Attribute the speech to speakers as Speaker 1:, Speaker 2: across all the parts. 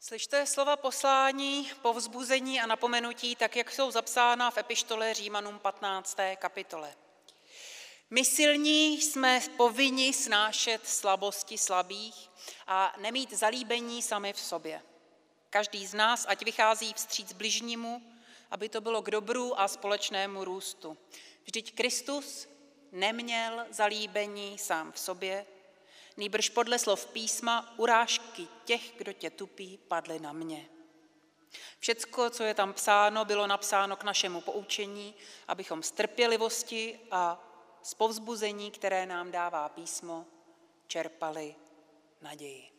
Speaker 1: Slyšte slova poslání, povzbuzení a napomenutí, tak jak jsou zapsána v epištole Římanům 15. kapitole. My silní jsme povinni snášet slabosti slabých a nemít zalíbení sami v sobě. Každý z nás, ať vychází vstříc bližnímu, aby to bylo k dobru a společnému růstu. Vždyť Kristus neměl zalíbení sám v sobě, nýbrž podle slov písma urážky těch, kdo tě tupí, padly na mě. Všecko, co je tam psáno, bylo napsáno k našemu poučení, abychom z trpělivosti a z povzbuzení, které nám dává písmo, čerpali naději.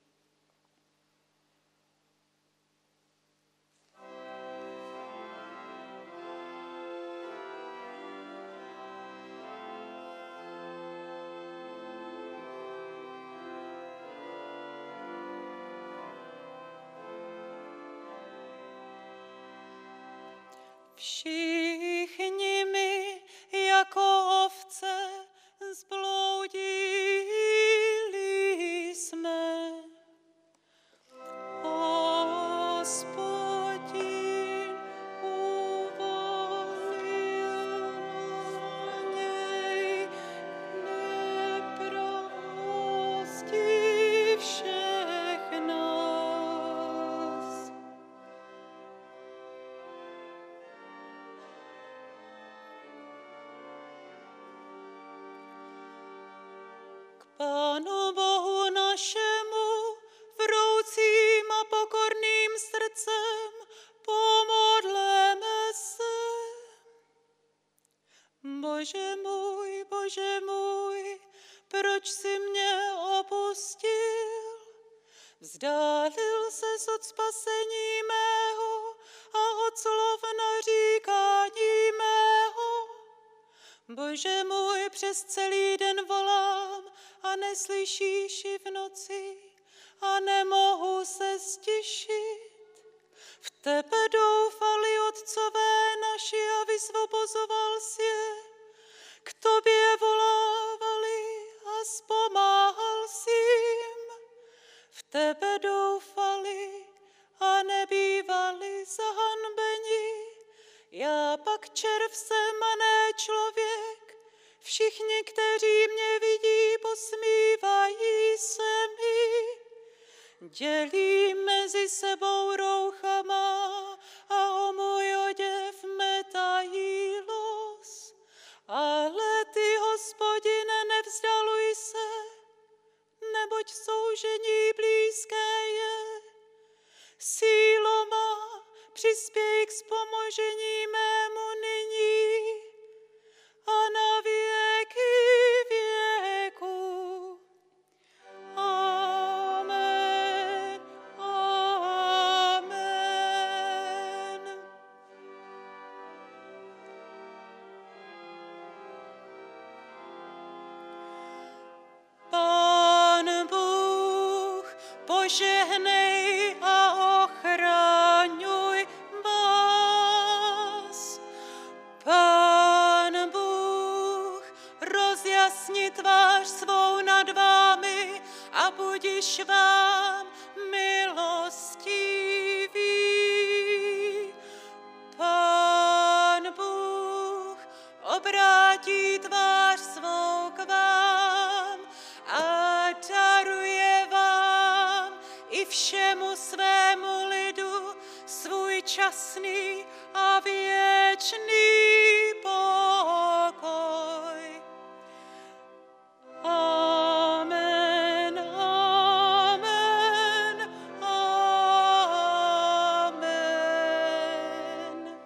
Speaker 2: Všichni my jako ovce zbloudili jsme. Hospodin uvolil na něj nepravosti všech nás. Pánu Bohu našemu, vroucím a pokorným srdcem, pomodleme se. Bože můj, proč jsi mě opustil? Vzdálil ses od spasení mého a od slov naříkání mého. Bože můj, přes celý den volám a neslyšíš i v noci a nemohu se stišit. V tebe doufali otcové naši a vysvobozoval jsi je. K tobě volávali a zpomáhal jsi jim. V tebe doufali a nebývali zahanbeni. Já pak červ jsem a ne člověk, všichni, kteří mě vidí, posmívají se mi. Dělí mezi sebou rouchama a o můj oděv metají los. Ale ty, Hospodine, nevzdaluj se, neboť soužení blízké je. Sílo má, přispěj k vzpomožení mému nyní a na věky věku. Amen, amen. Pán Bůh, požehnej a ochraňuj vás. Pán Bůh, rozjasni tvář svou nad vámi a budiž vám milostivý. Pán Bůh obrátí tvář svou k vám a daruje vám i všemu svému lidu svůj časný a věčný pokoj. Amen, amen, amen.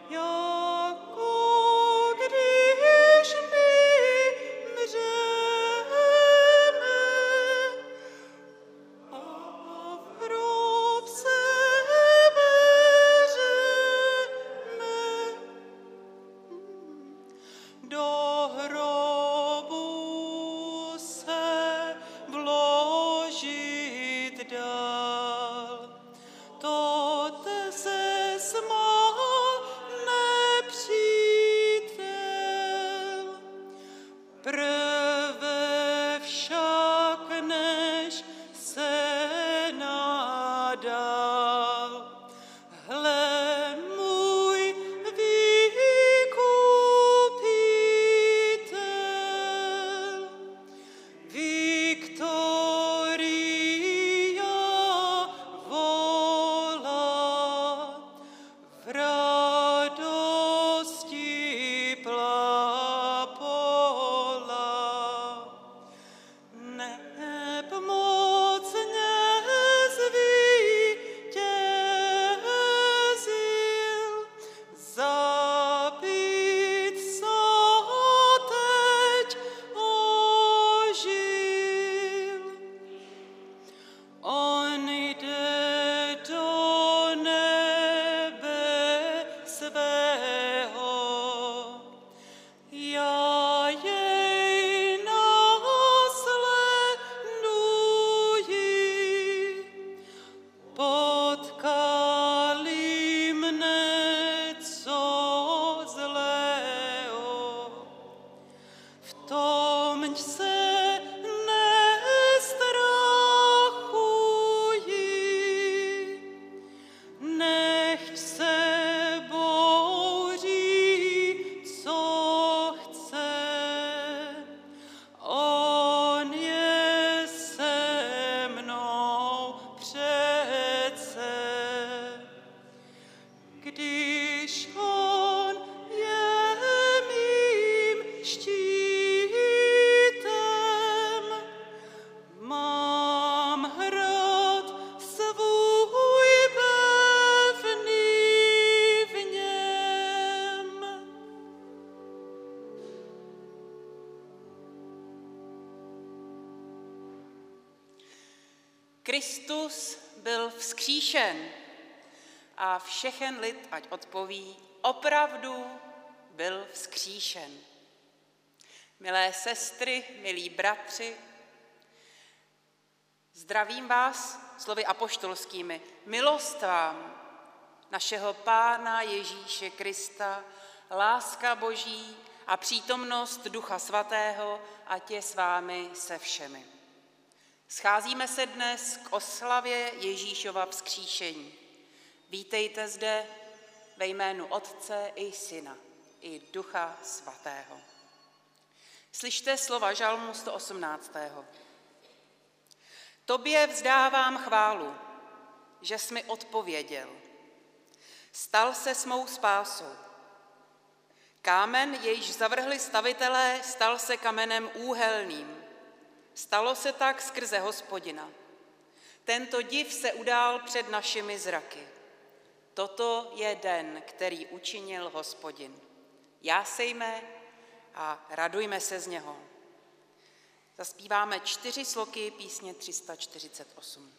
Speaker 2: jako když my mřeme a v hrob se veřeme. Do hrobu se vložit dál, to se smál nepřítel. Prve však, než se nadal, hle, můj vykupitel. Viktoria volá, v radosti plapola. Neb mocně zvítězil, zabit teď ožil. On jde do nebe svého, já jej následuji. Potkali mne co zlého, v tom se nestrachuji, nechť se bouří, co chce, on je se mnou přece. Když on je mým štítem, mám hrad svůj pevný v něm.
Speaker 1: Kristus byl vzkříšen a všechen lid ať odpoví, opravdu byl vzkříšen. Milé sestry, milí bratři, zdravím vás slovy apoštolskými. Milost vám, našeho Pána Ježíše Krista, láska Boží a přítomnost Ducha Svatého, ať je s vámi se všemi. Scházíme se dnes k oslavě Ježíšova vzkříšení. Vítejte zde ve jménu Otce i Syna i Ducha Svatého. Slyšte slova žalmu 118. Tobě vzdávám chválu, že jsi mi odpověděl. Stal se s mou spásou. Kámen, jejž zavrhli stavitelé, stal se kamenem úhelným. Stalo se tak skrze Hospodina. Tento div se udál před našimi zraky. Toto je den, který učinil Hospodin. Jásejme a radujme se z něho. Zaspíváme 4 sloky písně 348.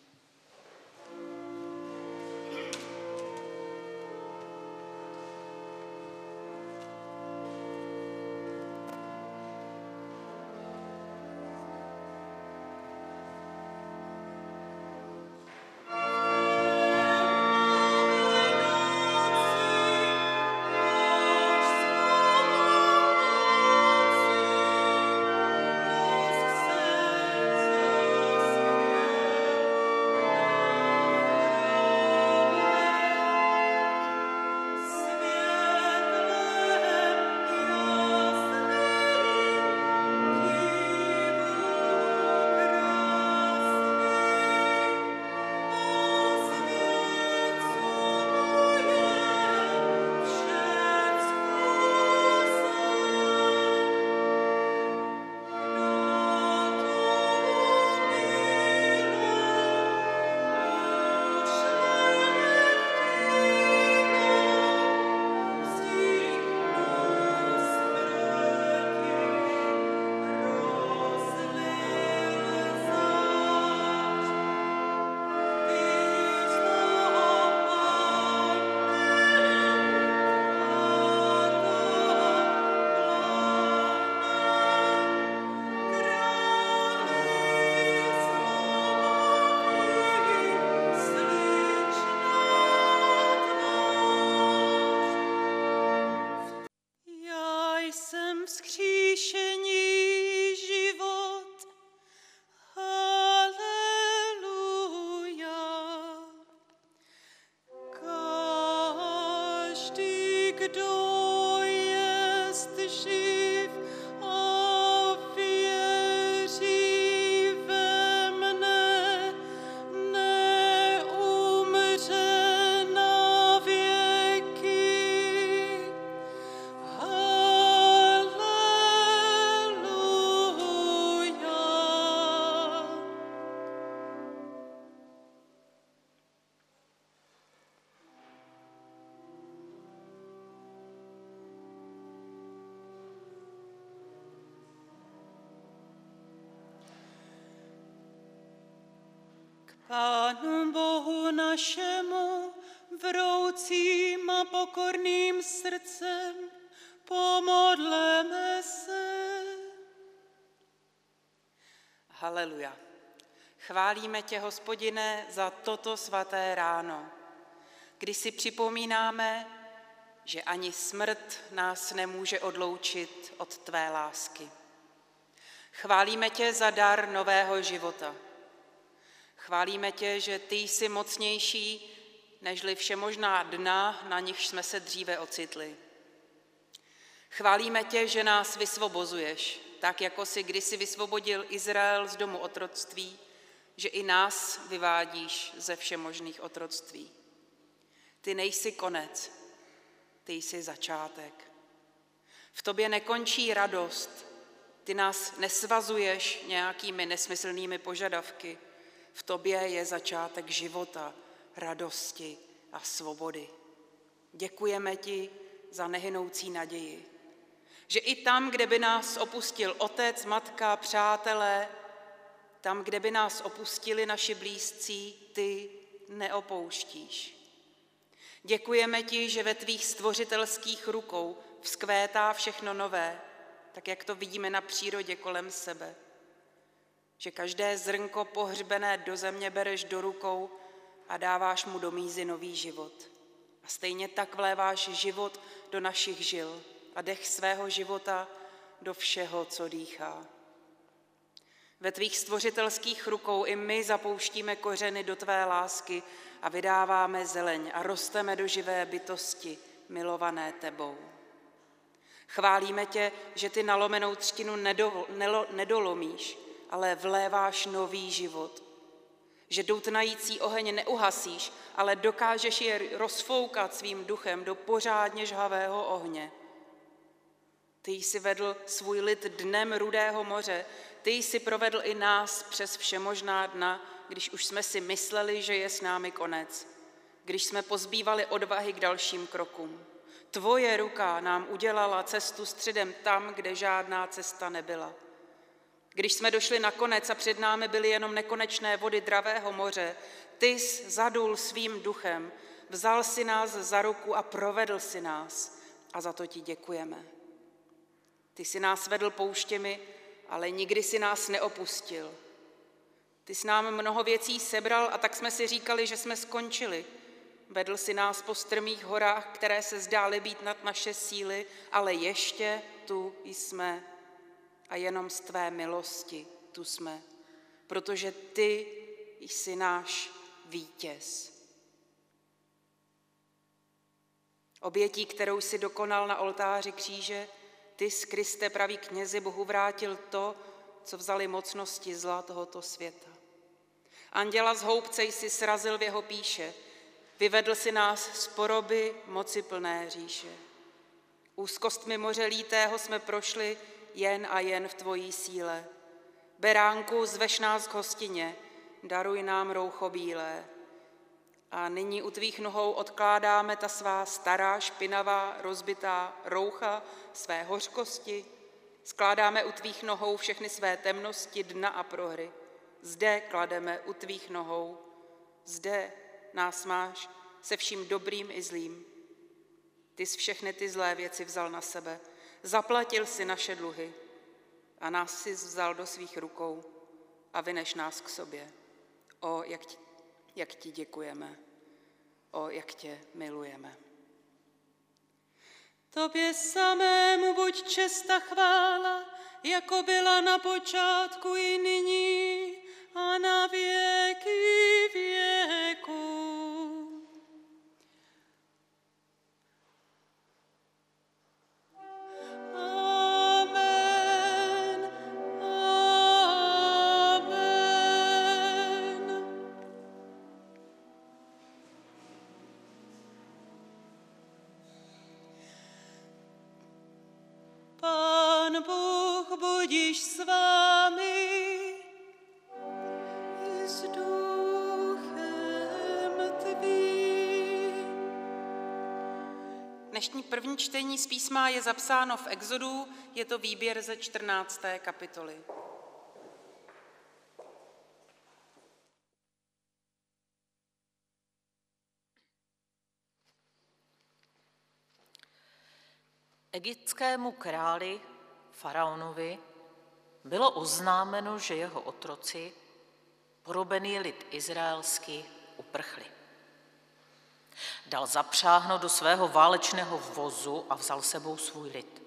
Speaker 2: Pánu Bohu našemu, vroucím a pokorným srdcem, pomodleme se.
Speaker 1: Haleluja. Chválíme tě, Hospodine, za toto svaté ráno, kdy si připomínáme, že ani smrt nás nemůže odloučit od tvé lásky. Chválíme tě za dar nového života. Chválíme tě, že ty jsi mocnější nežli všemožná dna, na nichž jsme se dříve ocitli. Chválíme tě, že nás vysvobozuješ, tak jako jsi kdysi vysvobodil Izrael z domu otroctví, že i nás vyvádíš ze všemožných otroctví. Ty nejsi konec, ty jsi začátek. V tobě nekončí radost, ty nás nesvazuješ nějakými nesmyslnými požadavky. V tobě je začátek života, radosti a svobody. Děkujeme ti za nehynoucí naději, že i tam, kde by nás opustil otec, matka, přátelé, tam, kde by nás opustili naši blízcí, ty neopouštíš. Děkujeme ti, že ve tvých stvořitelských rukou vzkvétá všechno nové, tak jak to vidíme na přírodě kolem sebe. Že každé zrnko pohřbené do země bereš do rukou a dáváš mu do mízy nový život. A stejně tak vléváš život do našich žil a dech svého života do všeho, co dýchá. Ve tvých stvořitelských rukou i my zapouštíme kořeny do tvé lásky a vydáváme zeleň a rosteme do živé bytosti, milované tebou. Chválíme tě, že ty nalomenou třtinu nedolomíš, ale vléváš nový život. Že doutnající oheň neuhasíš, ale dokážeš je rozfoukat svým duchem do pořádně žhavého ohně. Ty jsi vedl svůj lid dnem Rudého moře, ty jsi provedl i nás přes všemožná dna, když už jsme si mysleli, že je s námi konec, když jsme pozbývali odvahy k dalším krokům. Tvoje ruka nám udělala cestu středem tam, kde žádná cesta nebyla. Když jsme došli na konec a před námi byly jenom nekonečné vody dravého moře, ty jsi zadul svým duchem, vzal si nás za ruku a provedl si nás a za to ti děkujeme. Ty jsi nás vedl pouštěmi, ale nikdy si nás neopustil. Ty jsi nám mnoho věcí sebral a tak jsme si říkali, že jsme skončili. Vedl si nás po strmých horách, které se zdály být nad naše síly, ale ještě tu jsme a jenom z tvé milosti tu jsme, protože ty jsi náš vítěz. Obětí, kterou jsi dokonal na oltáři kříže, ty z Kriste, pravý knězi, Bohu vrátil to, co vzali mocnosti zla tohoto světa. Anděla z houbce jsi srazil v jeho píše, vyvedl si nás z poroby moci plné říše. Úzkostmi moře lítého jsme prošli jen a jen v tvojí síle. Beránku, zveš nás k hostině, daruj nám roucho bílé. A nyní u tvých nohou odkládáme ta svá stará, špinavá, rozbitá roucha své hořkosti. Skládáme u tvých nohou všechny své temnosti, dna a prohry. Zde klademe u tvých nohou. Zde nás máš se vším dobrým i zlým. Ty jsi všechny ty zlé věci vzal na sebe. Zaplatil si naše dluhy a nás si vzal do svých rukou a vyneš nás k sobě. O, jak ti děkujeme. O, jak tě milujeme.
Speaker 2: Tobě samému buď čest a chvála, jako byla na počátku i nyní a na věky věků. Amen. Amen. Pán Bůh budiž s vámi, i s duchem tvým.
Speaker 1: Dnešní první čtení z písma je zapsáno v Exodu, je to výběr ze 14. kapitoly.
Speaker 3: Egyptskému králi faraonovi bylo oznámeno, že jeho otroci, porobený lid izraelský, uprchli. Dal zapřáhnout do svého válečného vozu a vzal sebou svůj lid.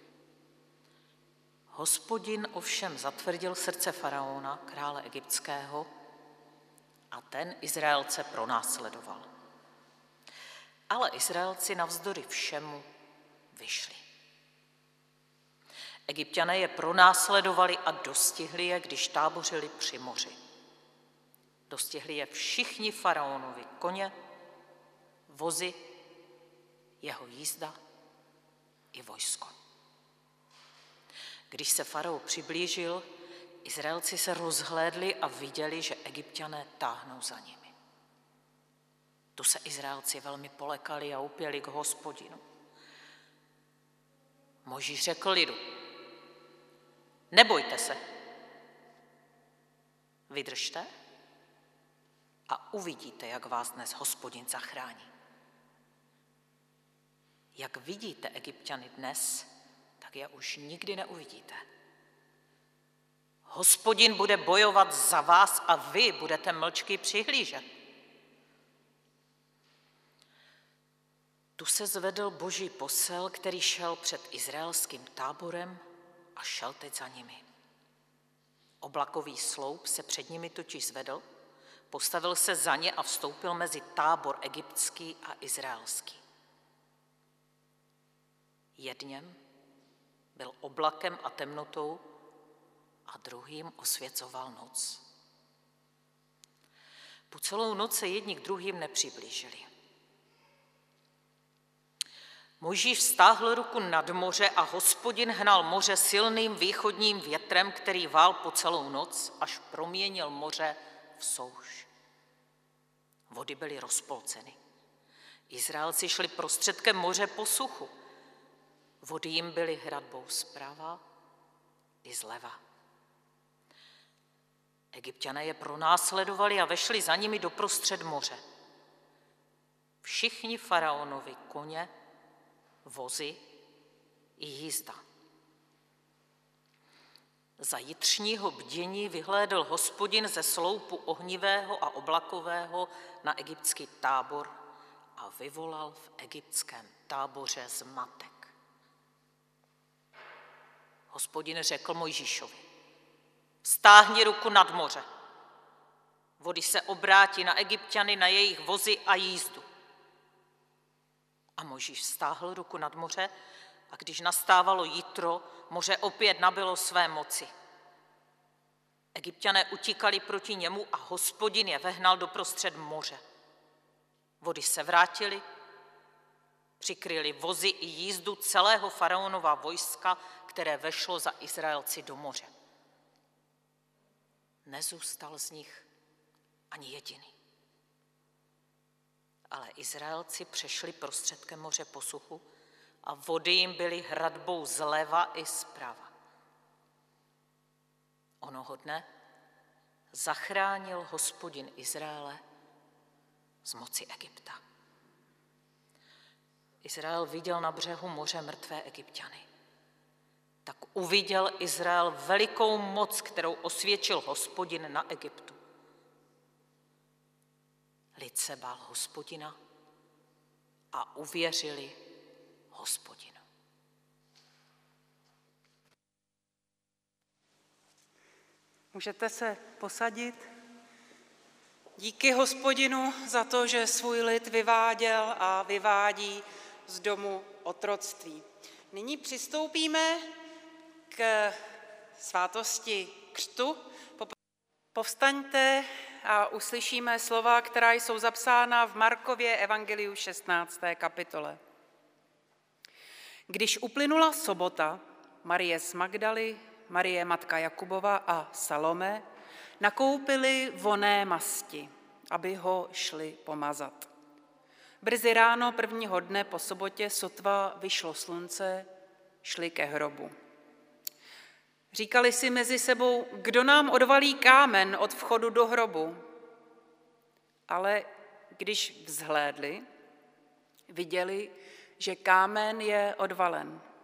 Speaker 3: Hospodin ovšem zatvrdil srdce faraona, krále egyptského, a ten Izraelce pronásledoval. Ale Izraelci navzdory všemu vyšli. Egypťané je pronásledovali a dostihli je, když tábořili při moři. Dostihli je všichni faraonovi koně, vozy, jeho jízda i vojsko. Když se farao přiblížil, Izraelci se rozhlédli a viděli, že Egypťané táhnou za nimi. Tu se Izraelci velmi polekali a upěli k Hospodinu. Mojžíš řekl lidu: nebojte se, vydržte a uvidíte, jak vás dnes Hospodin zachrání. Jak vidíte Egypťany dnes, tak je už nikdy neuvidíte. Hospodin bude bojovat za vás a vy budete mlčky přihlížet. Tu se zvedl boží posel, který šel před izraelským táborem a šel teď za nimi. Oblakový sloup se před nimi totiž zvedl, postavil se za ně a vstoupil mezi tábor egyptský a izraelský. Jedněm byl oblakem a temnotou a druhým osvěcoval noc. Po celou noc se jedni k druhým nepřiblížili. Mojžíš vztáhl ruku nad moře a Hospodin hnal moře silným východním větrem, který vál po celou noc, až proměnil moře v souš. Vody byly rozpolceny. Izraelci šli prostředkem moře po suchu. Vody jim byly hradbou zprava i zleva. Egypťané je pronásledovali a vešli za nimi doprostřed moře. Všichni faraonovi koně, vozy i jízda. Za jitřního bdění vyhlédl Hospodin ze sloupu ohnivého a oblakového na egyptský tábor a vyvolal v egyptském táboře zmatek. Hospodin řekl Mojžíšovi: vztáhni ruku nad moře. Vody se obrátí na Egypťany, na jejich vozy a jízdu. A Mojžíš vztáhl ruku nad moře a když nastávalo jitro, moře opět nabylo své moci. Egypťané utíkali proti němu a Hospodin je vehnal doprostřed moře. Vody se vrátily, přikryly vozy i jízdu celého faraonova vojska, které vešlo za Izraelci do moře. Nezůstal z nich ani jediný. Ale Izraelci přešli prostředkem moře po suchu a vody jim byly hradbou zleva i zprava. Onoho dne zachránil Hospodin Izraele z moci Egypta. Izrael viděl na břehu moře mrtvé Egypťany. Tak uviděl Izrael velikou moc, kterou osvědčil Hospodin na Egyptu. Lid se bál Hospodina a uvěřili Hospodinu.
Speaker 1: Můžete se posadit. Díky Hospodinu za to, že svůj lid vyváděl a vyvádí z domu otroctví. Nyní přistoupíme k svátosti křtu. Povstaňte a uslyšíme slova, která jsou zapsána v Markově evangeliu 16. kapitole. Když uplynula sobota, Marie z Magdaly, Marie matka Jakubova a Salome nakoupili vonné masti, aby ho šli pomazat. Brzy ráno prvního dne po sobotě, sotva vyšlo slunce, šli ke hrobu. Říkali si mezi sebou, kdo nám odvalí kámen od vchodu do hrobu. Ale když vzhlédli, viděli, že kámen je odvalen.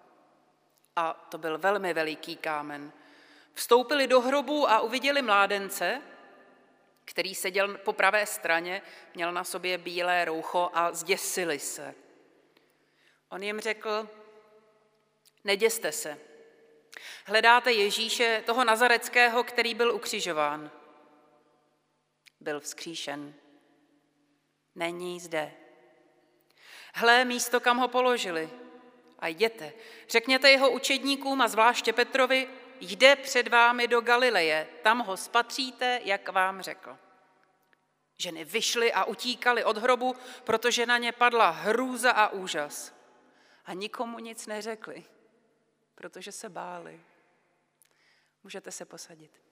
Speaker 1: A to byl velmi veliký kámen. Vstoupili do hrobu a uviděli mládence, který seděl po pravé straně, měl na sobě bílé roucho a zděsili se. On jim řekl, neděste se. Hledáte Ježíše, toho Nazareckého, který byl ukřižován. Byl vzkříšen. Není zde. Hle, místo, kam ho položili. A jděte, řekněte jeho učedníkům a zvláště Petrovi, jde před vámi do Galileje, tam ho spatříte, jak vám řekl. Ženy vyšly a utíkaly od hrobu, protože na ně padla hrůza a úžas. A nikomu nic neřekli, protože se báli. Můžete se posadit.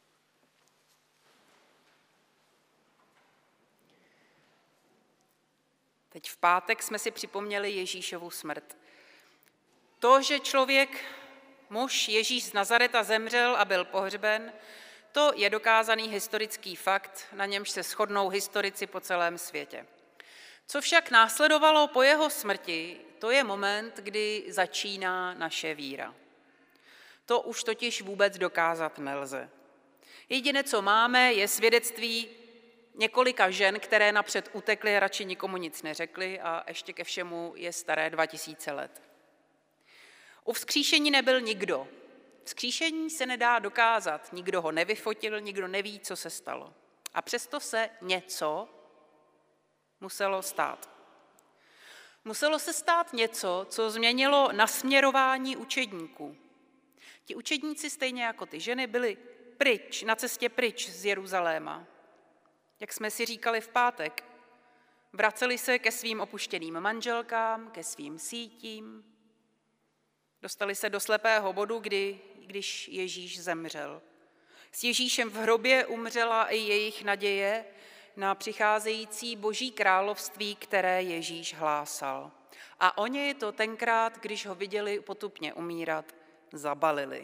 Speaker 1: Teď v pátek jsme si připomněli Ježíšovu smrt. To, že člověk, muž Ježíš z Nazareta zemřel a byl pohřben, to je dokázaný historický fakt, na němž se shodnou historici po celém světě. Co však následovalo po jeho smrti, to je moment, kdy začíná naše víra. To už totiž vůbec dokázat nelze. Jediné, co máme, je svědectví několika žen, které napřed utekly a radši nikomu nic neřekly a ještě ke všemu je staré 2000 let. U vzkříšení nebyl nikdo. Vzkříšení se nedá dokázat, nikdo ho nevyfotil, nikdo neví, co se stalo. A přesto se něco muselo stát. Muselo se stát něco, co změnilo nasměrování učedníků. Ti učedníci, stejně jako ty ženy, byli pryč, na cestě pryč z Jeruzaléma. Jak jsme si říkali v pátek, vraceli se ke svým opuštěným manželkám, ke svým sítím. Dostali se do slepého bodu, když Ježíš zemřel. S Ježíšem v hrobě umřela i jejich naděje na přicházející Boží království, které Ježíš hlásal. A oni to tenkrát, když ho viděli potupně umírat, zabalili.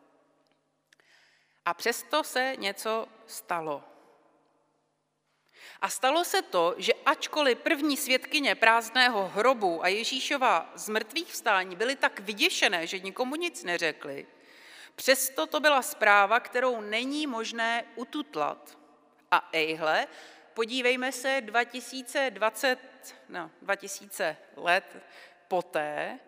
Speaker 1: A přesto se něco stalo. A stalo se to, že ačkoliv první svědkyně prázdného hrobu a Ježíšova zmrtvých vstání byly tak vyděšené, že nikomu nic neřekli, přesto to byla zpráva, kterou není možné ututlat. A ejhle, podívejme se 2000 let poté,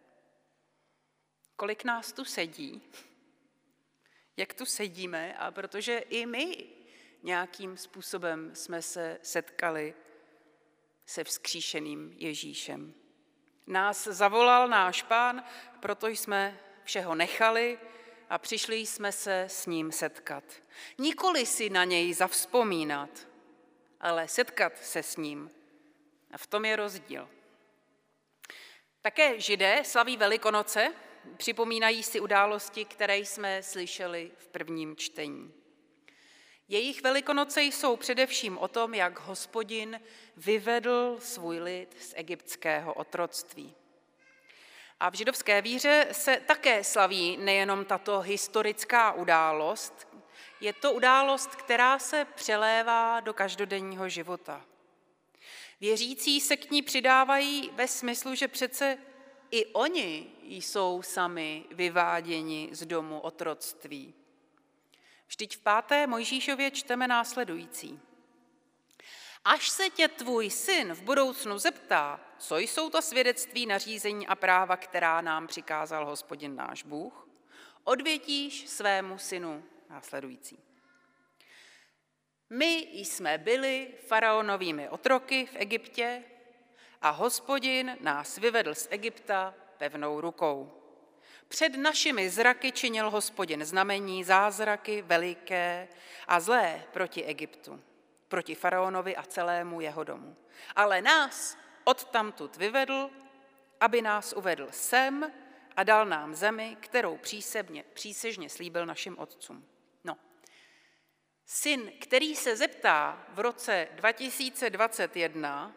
Speaker 1: kolik nás tu sedí, jak tu sedíme, a protože i my nějakým způsobem jsme se setkali se vzkříšeným Ježíšem. Nás zavolal náš Pán, proto jsme všeho nechali a přišli jsme se s ním setkat. Nikoli si na něj zavzpomínat, ale setkat se s ním. A v tom je rozdíl. Také Židé slaví Velikonoce, připomínají si události, které jsme slyšeli v prvním čtení. Jejich Velikonoce jsou především o tom, jak Hospodin vyvedl svůj lid z egyptského otroctví. A v židovské víře se také slaví nejenom tato historická událost, je to událost, která se přelévá do každodenního života. Věřící se k ní přidávají ve smyslu, že přece i oni jsou sami vyváděni z domu otroctví. Vždyť v 5. Mojžíšově čteme následující. Až se tě tvůj syn v budoucnu zeptá, co jsou to svědectví, nařízení a práva, která nám přikázal Hospodin náš Bůh, odvětíš svému synu následující. My jsme byli faraonovými otroky v Egyptě a Hospodin nás vyvedl z Egypta pevnou rukou. Před našimi zraky činil Hospodin znamení, zázraky veliké a zlé proti Egyptu, proti faraonovi a celému jeho domu. Ale nás odtamtud vyvedl, aby nás uvedl sem a dal nám zemi, kterou přísežně slíbil našim otcům. No, syn, který se zeptá v roce 2021,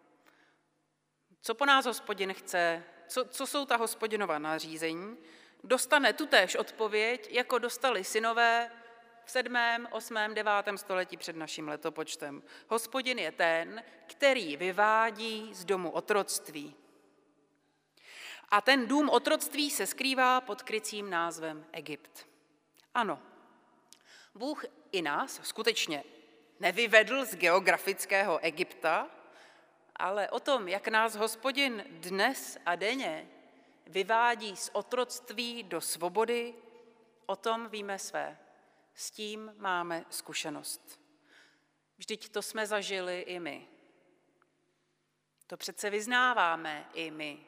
Speaker 1: co po nás Hospodin chce, co jsou ta Hospodinova nařízení, dostane tutéž odpověď, jako dostali synové v 7., 8., 9. století před naším letopočtem. Hospodin je ten, který vyvádí z domu otroctví. A ten dům otroctví se skrývá pod krycím názvem Egypt. Ano, Bůh i nás skutečně nevyvedl z geografického Egypta, ale o tom, jak nás Hospodin dnes a denně vyvádí z otroctví do svobody, o tom víme své. S tím máme zkušenost. Vždyť to jsme zažili i my. To přece vyznáváme i my.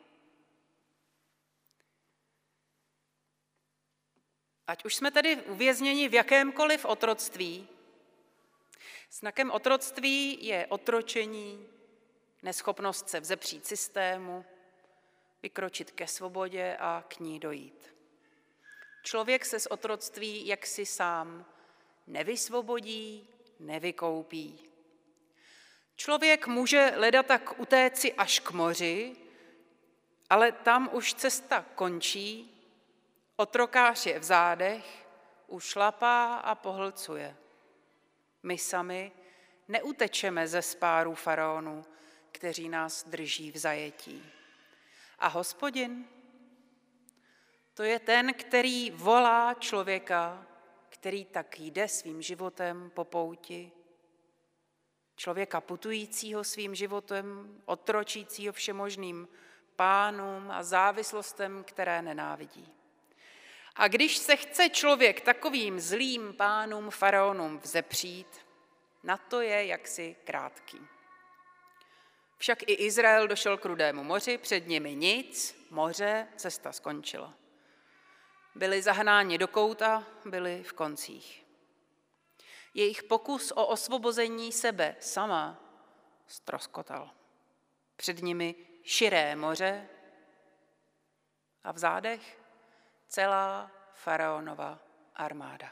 Speaker 1: Ať už jsme tedy uvězněni v jakémkoliv otroctví, znakem otroctví je otročení, neschopnost se vzepřít systému, vykročit ke svobodě a k ní dojít. Člověk se z otroctví jaksi sám nevysvobodí, nevykoupí. Člověk může leda tak utéci až k moři, ale tam už cesta končí, otrokář je v zádech, už šlapá a pohlcuje. My sami neutečeme ze spárů faraonů, kteří nás drží v zajetí. A Hospodin, to je ten, který volá člověka, který tak jde svým životem po pouti, člověka putujícího svým životem, otročícího všemožným pánům a závislostem, které nenávidí. A když se chce člověk takovým zlým pánům, faraonům vzepřít, na to je jaksi krátký. Však i Izrael došel k Rudému moři, před nimi nic, moře, cesta skončila. Byli zahnáni do kouta, byli v koncích. Jejich pokus o osvobození sebe sama ztroskotal. Před nimi širé moře a v zádech celá faraonova armáda.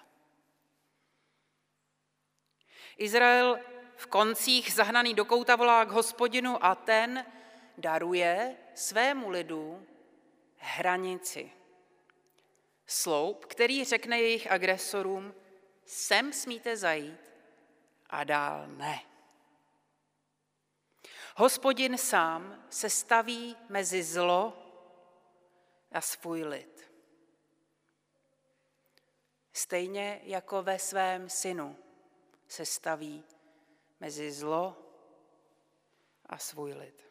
Speaker 1: Izrael v koncích zahnaný do kouta volá k Hospodinu a ten daruje svému lidu hranici. Sloup, který řekne jejich agresorům, sem smíte zajít a dál ne. Hospodin sám se staví mezi zlo a svůj lid. Stejně jako ve svém synu se staví mezi zlo a svůj lid.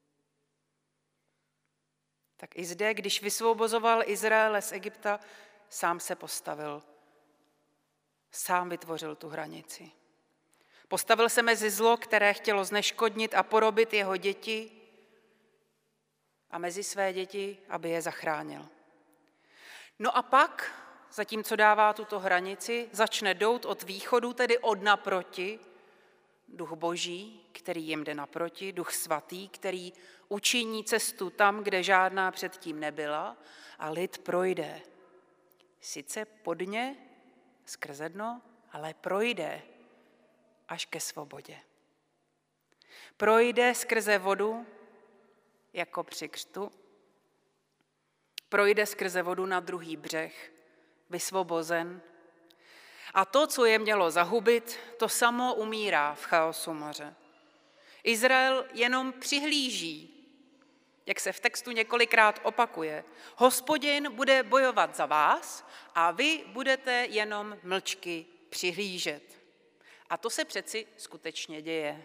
Speaker 1: Tak i zde, když vysvobozoval Izraele z Egypta, sám se postavil. Sám vytvořil tu hranici. Postavil se mezi zlo, které chtělo zneškodnit a porobit jeho děti, a mezi své děti, aby je zachránil. No a pak, zatímco dává tuto hranici, začne dout od východu, tedy od naproti, duch boží, který jim jde naproti, duch svatý, který učiní cestu tam, kde žádná předtím nebyla, a lid projde. Sice podně, skrze dno, ale projde až ke svobodě. Projde skrze vodu, jako při křtu, projde skrze vodu na druhý břeh, vysvobozen. A to, co je mělo zahubit, to samo umírá v chaosu moře. Izrael jenom přihlíží, jak se v textu několikrát opakuje. Hospodin bude bojovat za vás a vy budete jenom mlčky přihlížet. A to se přeci skutečně děje.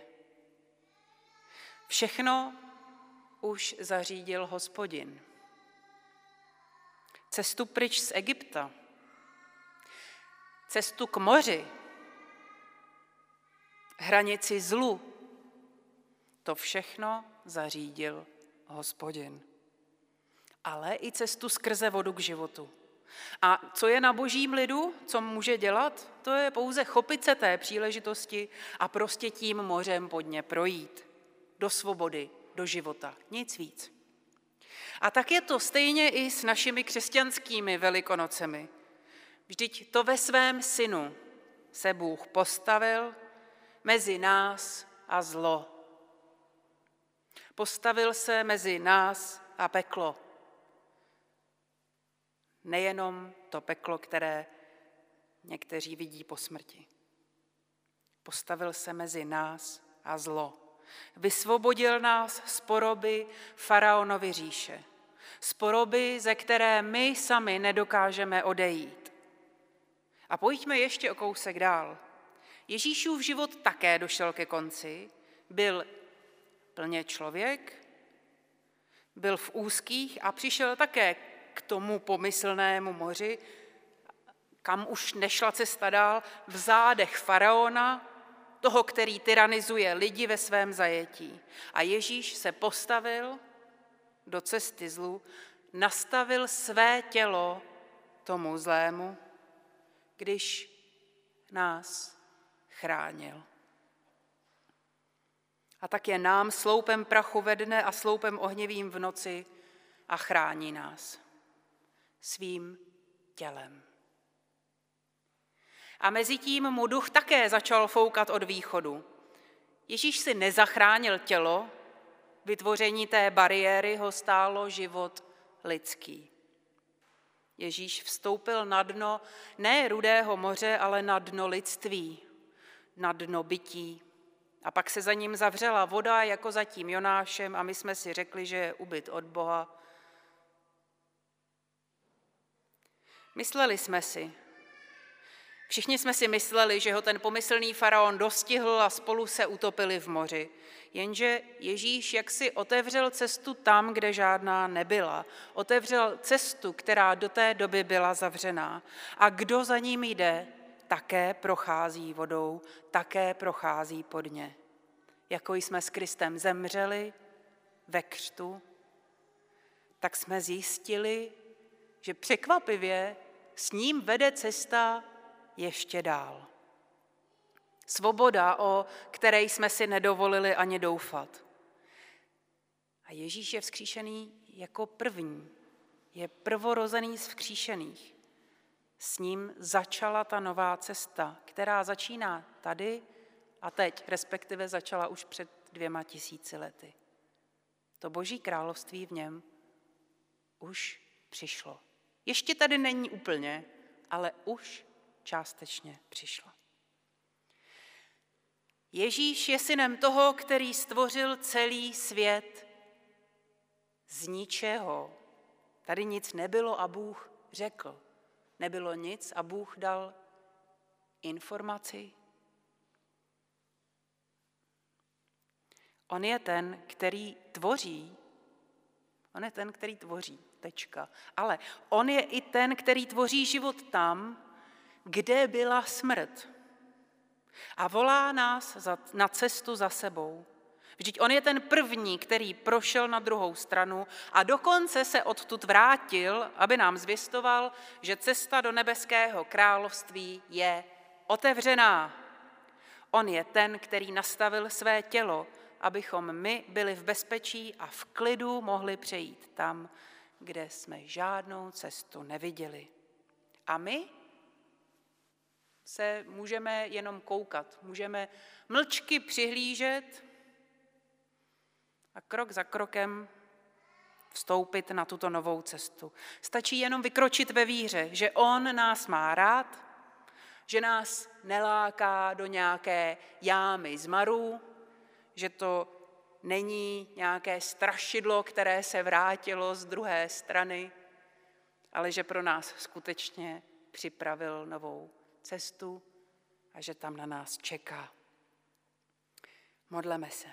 Speaker 1: Všechno už zařídil Hospodin. Cestu pryč z Egypta, cestu k moři, hranici zlu, to všechno zařídil Hospodin. Ale i cestu skrze vodu k životu. A co je na božím lidu, co může dělat? To je pouze chopit se té příležitosti a prostě tím mořem pod ně projít. Do svobody, do života, nic víc. A tak je to stejně i s našimi křesťanskými velikonocemi. Vždyť to ve svém synu se Bůh postavil mezi nás a zlo. Postavil se mezi nás a peklo. Nejenom to peklo, které někteří vidí po smrti. Postavil se mezi nás a zlo. Vysvobodil nás z poroby faraonovy říše. z poroby, ze které my sami nedokážeme odejít. A pojďme ještě o kousek dál. Ježíšův život také došel ke konci, byl plně člověk, byl v úzkých a přišel také k tomu pomyslnému moři, kam už nešla cesta dál, v zádech faraona, toho, který tyranizuje lidi ve svém zajetí. A Ježíš se postavil do cesty zlu, nastavil své tělo tomu zlému, když nás chránil. A tak je nám sloupem prachu ve dne a sloupem ohnivým v noci a chrání nás svým tělem. A mezi tím mu duch také začal foukat od východu. Ježíš si nezachránil tělo, vytvoření té bariéry ho stálo život lidský. Ježíš vstoupil na dno ne Rudého moře, ale na dno lidství, na dno bytí. A pak se za ním zavřela voda jako za tím Jonášem a my jsme si řekli, že je ubyt od Boha. Všichni jsme si mysleli, že ho ten pomyslný faraon dostihl a spolu se utopili v moři. Jenže Ježíš jaksi otevřel cestu tam, kde žádná nebyla. Otevřel cestu, která do té doby byla zavřená. A kdo za ním jde, také prochází vodou, také prochází podně. Jako jsme s Kristem zemřeli ve křtu, tak jsme zjistili, že překvapivě s ním vede cesta ještě dál. Svoboda, o které jsme si nedovolili ani doufat. A Ježíš je vzkříšený jako první. Je prvorozený z vzkříšených. S ním začala ta nová cesta, která začíná tady a teď, respektive začala už před 2000 lety. To Boží království v něm už přišlo. Ještě tady není úplně, ale už částečně přišlo. Ježíš je synem toho, který stvořil celý svět z ničeho. Tady nic nebylo a Bůh řekl. Nebylo nic a Bůh dal informaci. On je ten, který tvoří. On je ten, který tvoří. Tečka. Ale on je i ten, který tvoří život tam, kde byla smrt. A volá nás na cestu za sebou. Vždyť on je ten první, který prošel na druhou stranu a dokonce se odtud vrátil, aby nám zvěstoval, že cesta do nebeského království je otevřená. On je ten, který nastavil své tělo, abychom my byli v bezpečí a v klidu mohli přejít tam, kde jsme žádnou cestu neviděli. A my se můžeme jenom koukat, můžeme mlčky přihlížet a krok za krokem vstoupit na tuto novou cestu. Stačí jenom vykročit ve víře, že on nás má rád, že nás neláká do nějaké jámy zmaru, že to není nějaké strašidlo, které se vrátilo z druhé strany, ale že pro nás skutečně připravil novou cestu a že tam na nás čeká. Modleme se.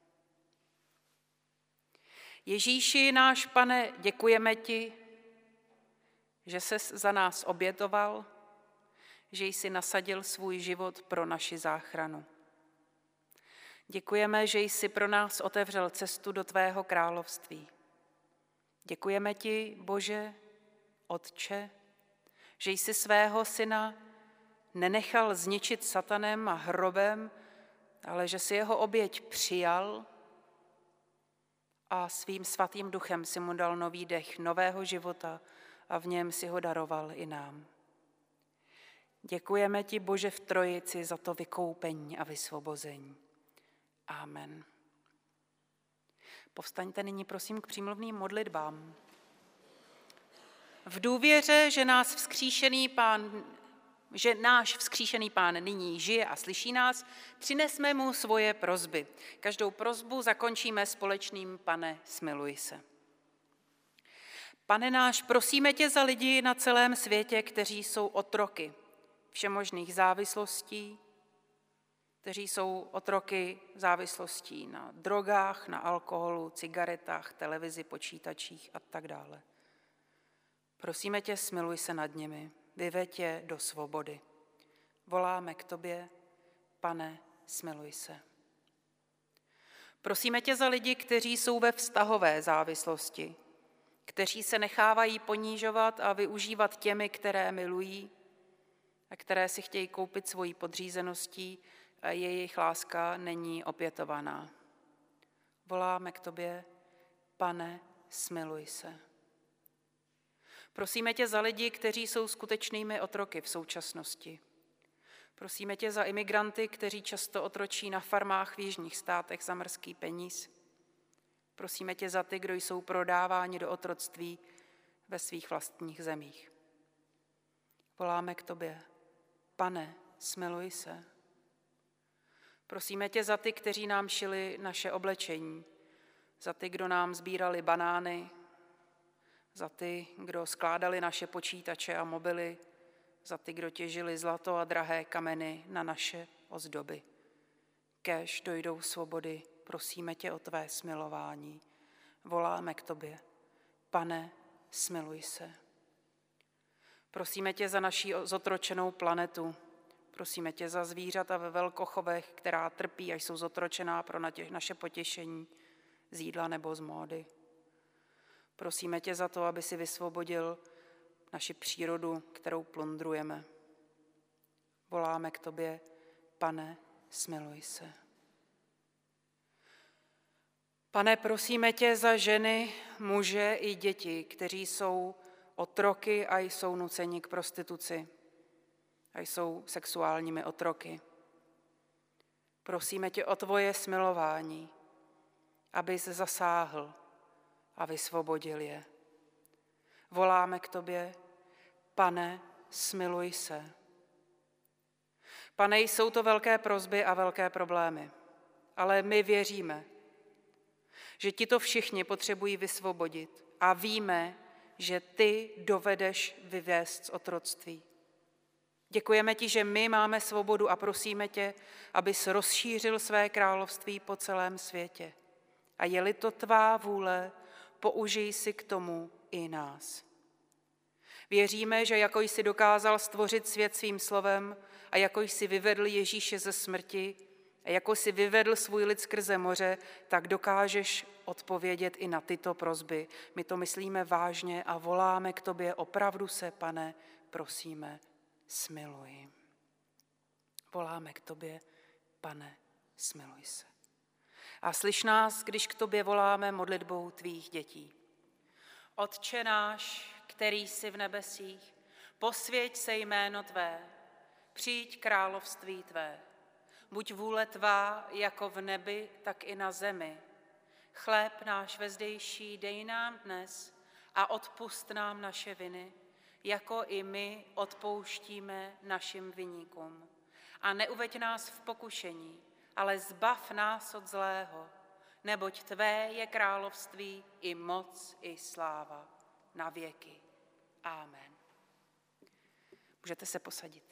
Speaker 1: Ježíši, náš Pane, děkujeme ti, že ses za nás obětoval, že jsi nasadil svůj život pro naši záchranu. Děkujeme, že jsi pro nás otevřel cestu do tvého království. Děkujeme ti, Bože, Otče, že jsi svého syna nenechal zničit satanem a hrobem, ale že si jeho oběť přijal a svým svatým duchem si mu dal nový dech nového života a v něm si ho daroval i nám. Děkujeme ti, Bože, v Trojici za to vykoupení a vysvobození. Amen. Povstaňte nyní, prosím, k přímluvným modlitbám. V důvěře, že náš vzkříšený Pán nyní žije a slyší nás, přinesme mu svoje prosby. Každou prosbu zakončíme společným Pane, smiluj se. Pane náš, prosíme tě za lidi na celém světě, kteří jsou otroky všemožných závislostí, kteří jsou otroky závislostí na drogách, na alkoholu, cigaretách, televizi, počítačích a tak dále. Prosíme tě, smiluj se nad nimi, vyveď je do svobody. Voláme k tobě, Pane, smiluj se. Prosíme tě za lidi, kteří jsou ve vztahové závislosti, kteří se nechávají ponížovat a využívat těmi, které milují a které si chtějí koupit svojí podřízeností a jejich láska není opětovaná. Voláme k tobě, Pane, smiluj se. Prosíme tě za lidi, kteří jsou skutečnými otroky v současnosti. Prosíme tě za imigranty, kteří často otročí na farmách v jižních státech za mrzký peníz. Prosíme tě za ty, kdo jsou prodáváni do otroctví ve svých vlastních zemích. Voláme k tobě, Pane, smiluj se. Prosíme tě za ty, kteří nám šili naše oblečení, za ty, kdo nám sbírali banány, za ty, kdo skládali naše počítače a mobily, za ty, kdo těžili zlato a drahé kameny na naše ozdoby. Kéž dojdou svobody, prosíme tě o tvé smilování. Voláme k tobě, Pane, smiluj se. Prosíme tě za naši zotročenou planetu. Prosíme tě za zvířata ve velkochovech, která trpí a jsou zotročená pro naše potěšení z jídla nebo z módy. Prosíme tě za to, aby si vysvobodil naši přírodu, kterou plundrujeme. Voláme k tobě, Pane, smiluj se. Pane, prosíme tě za ženy, muže i děti, kteří jsou otroky a jsou nuceni k prostituci a jsou sexuálními otroky. Prosíme tě o tvoje smilování, abys zasáhl a vysvobodil je. Voláme k tobě, Pane, smiluj se. Pane, jsou to velké prosby a velké problémy, ale my věříme, že ti to všichni potřebují vysvobodit a víme, že ty dovedeš vyvést z otroctví. Děkujeme ti, že my máme svobodu a prosíme tě, abys rozšířil své království po celém světě. A je-li to tvá vůle, použij si k tomu i nás. Věříme, že jako jsi dokázal stvořit svět svým slovem a jako jsi vyvedl Ježíše ze smrti a jako jsi vyvedl svůj lid skrze moře, tak dokážeš odpovědět i na tyto prosby. My to myslíme vážně a voláme k tobě, opravdu se, Pane, prosíme, smiluj. Voláme k tobě, Pane, smiluj se. A slyš nás, když k tobě voláme modlitbou tvých dětí. Otče náš, který jsi v nebesích, posvěť se jméno tvé, přijď království tvé. Buď vůle tvá jako v nebi, tak i na zemi. Chléb náš vezdejší dej nám dnes a odpusť nám naše viny, jako i my odpouštíme našim viníkům. A neuveď nás v pokušení, ale zbav nás od zlého, neboť tvé je království i moc, i sláva na věky. Amen. Můžete se posadit.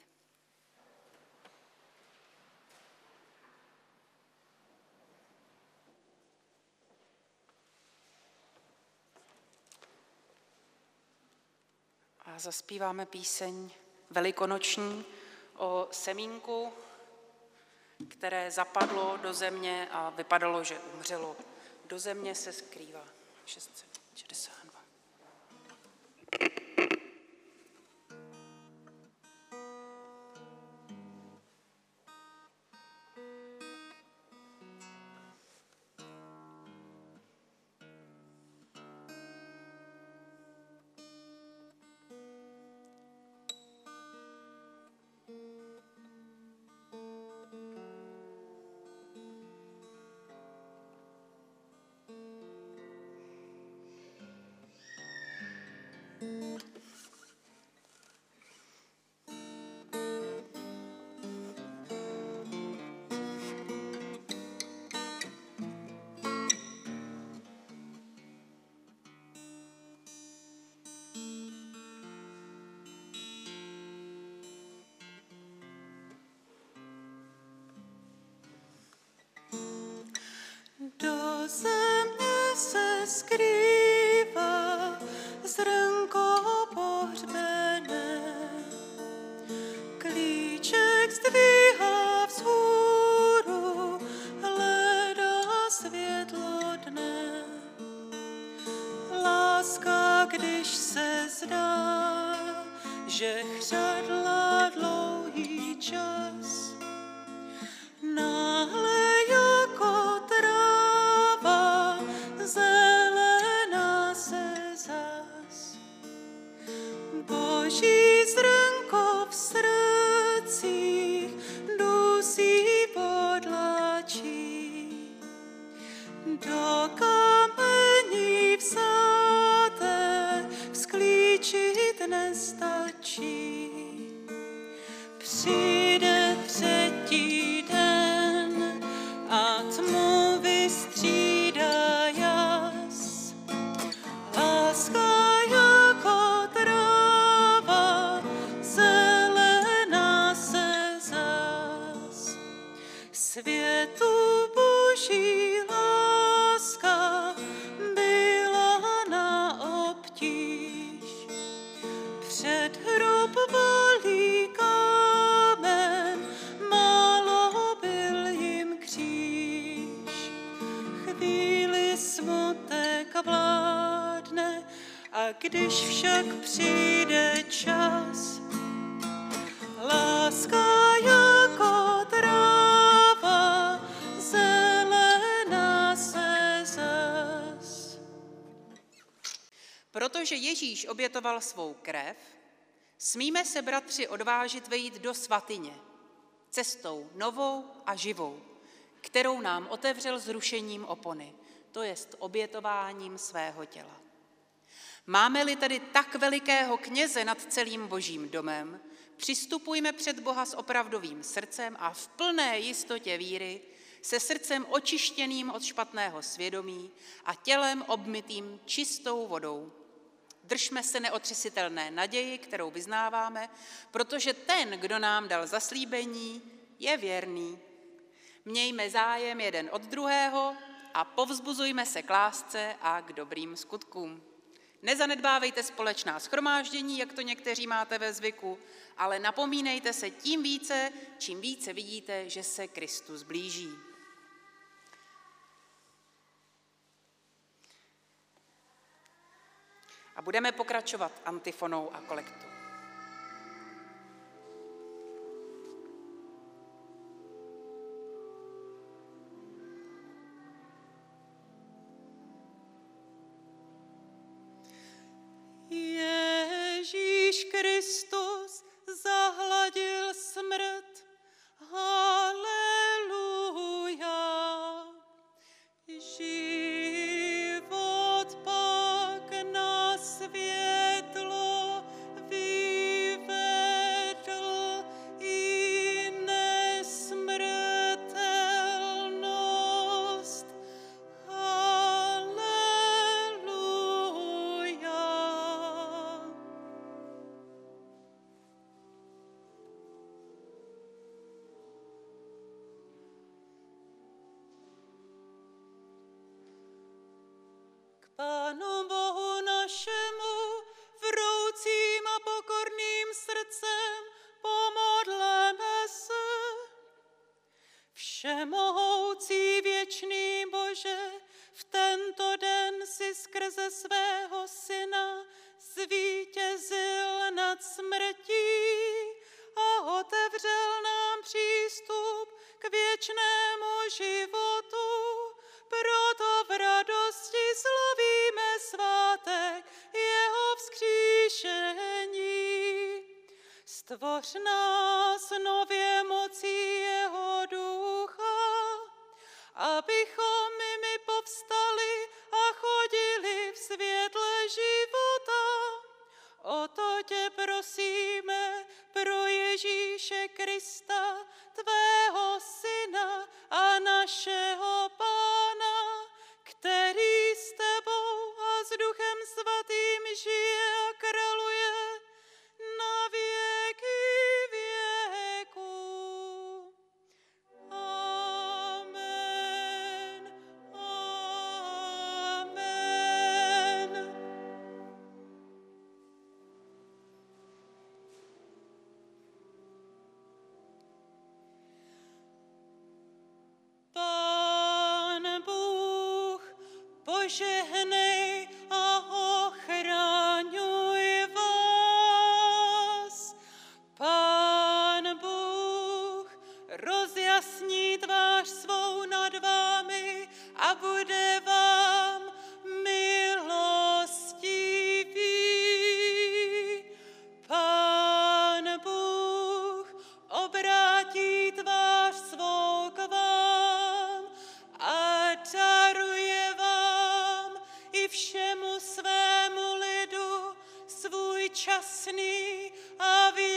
Speaker 1: A zaspíváme píseň velikonoční o semínku, které zapadlo do země a vypadalo, že umřelo. Do země se skrývá 662.
Speaker 2: skrývá zrnko pohřbené. Klíček zdvihá vzhůru, hledá světlo dne. Láska, když se zdá, že chřadla dlouhý čas, náhle jako tráva zelená se zas. Boží zrnko v srdcích dusí podlačí, do kamení vzaté vzklíčit nestačí. Přijde třetí den a tmu vystřídá jas. Láska jako tráva zelená se zas. Světu Boží láska byla na obtíž. Před hrob valí kámen, málo byl jim kříž. Chvíli smutek vládne, a když však přijde čas, láska jako tráva zelená se zas.
Speaker 1: Protože Ježíš obětoval svou krev, smíme se, bratři, odvážit vejít do svatyně, cestou novou a živou, kterou nám otevřel zrušením opony, to jest obětováním svého těla. Máme-li tedy tak velikého kněze nad celým Božím domem, přistupujme před Boha s opravdovým srdcem a v plné jistotě víry, se srdcem očištěným od špatného svědomí a tělem obmytým čistou vodou. Držme se neotřesitelné naději, kterou vyznáváme, protože ten, kdo nám dal zaslíbení, je věrný. Mějme zájem jeden od druhého a povzbuzujme se k lásce a k dobrým skutkům. Nezanedbávejte společná shromáždění, jak to někteří máte ve zvyku, ale napomínejte se tím více, čím více vidíte, že se Kristus blíží. A budeme pokračovat antifonou a kolektou.
Speaker 2: Ježíš Kristus zahladil smrt, haleluja. Život pak na světlo vyvedl i nesmrtelnost. Pánu Bohu našemu, vroucím a pokorným srdcem pomodleme se. Všemohoucí věčný Bože, v tento den si skrze svého Syna zvítězil nad smrtí a otevřel nám přístup k věčnému životu. Proto v radosti slavíme svátek jeho vzkříšení. Stvoř nás nově mocí jeho ducha, abychom my povstali a chodili v světle života. O to tě prosíme pro Ježíše Krista, tvého Syna a našeho Pána, který s tebou a s Duchem Svatým žije a králuje na věky věků. Amen. Amen. požehnej a ochraňuj vás. Pán Bůh rozjasní tvář svou nad vámi a bude vám milostivý. Pán Bůh obrátí tvář svou k vám a daruje vám i všemu svému lidu svůj časný a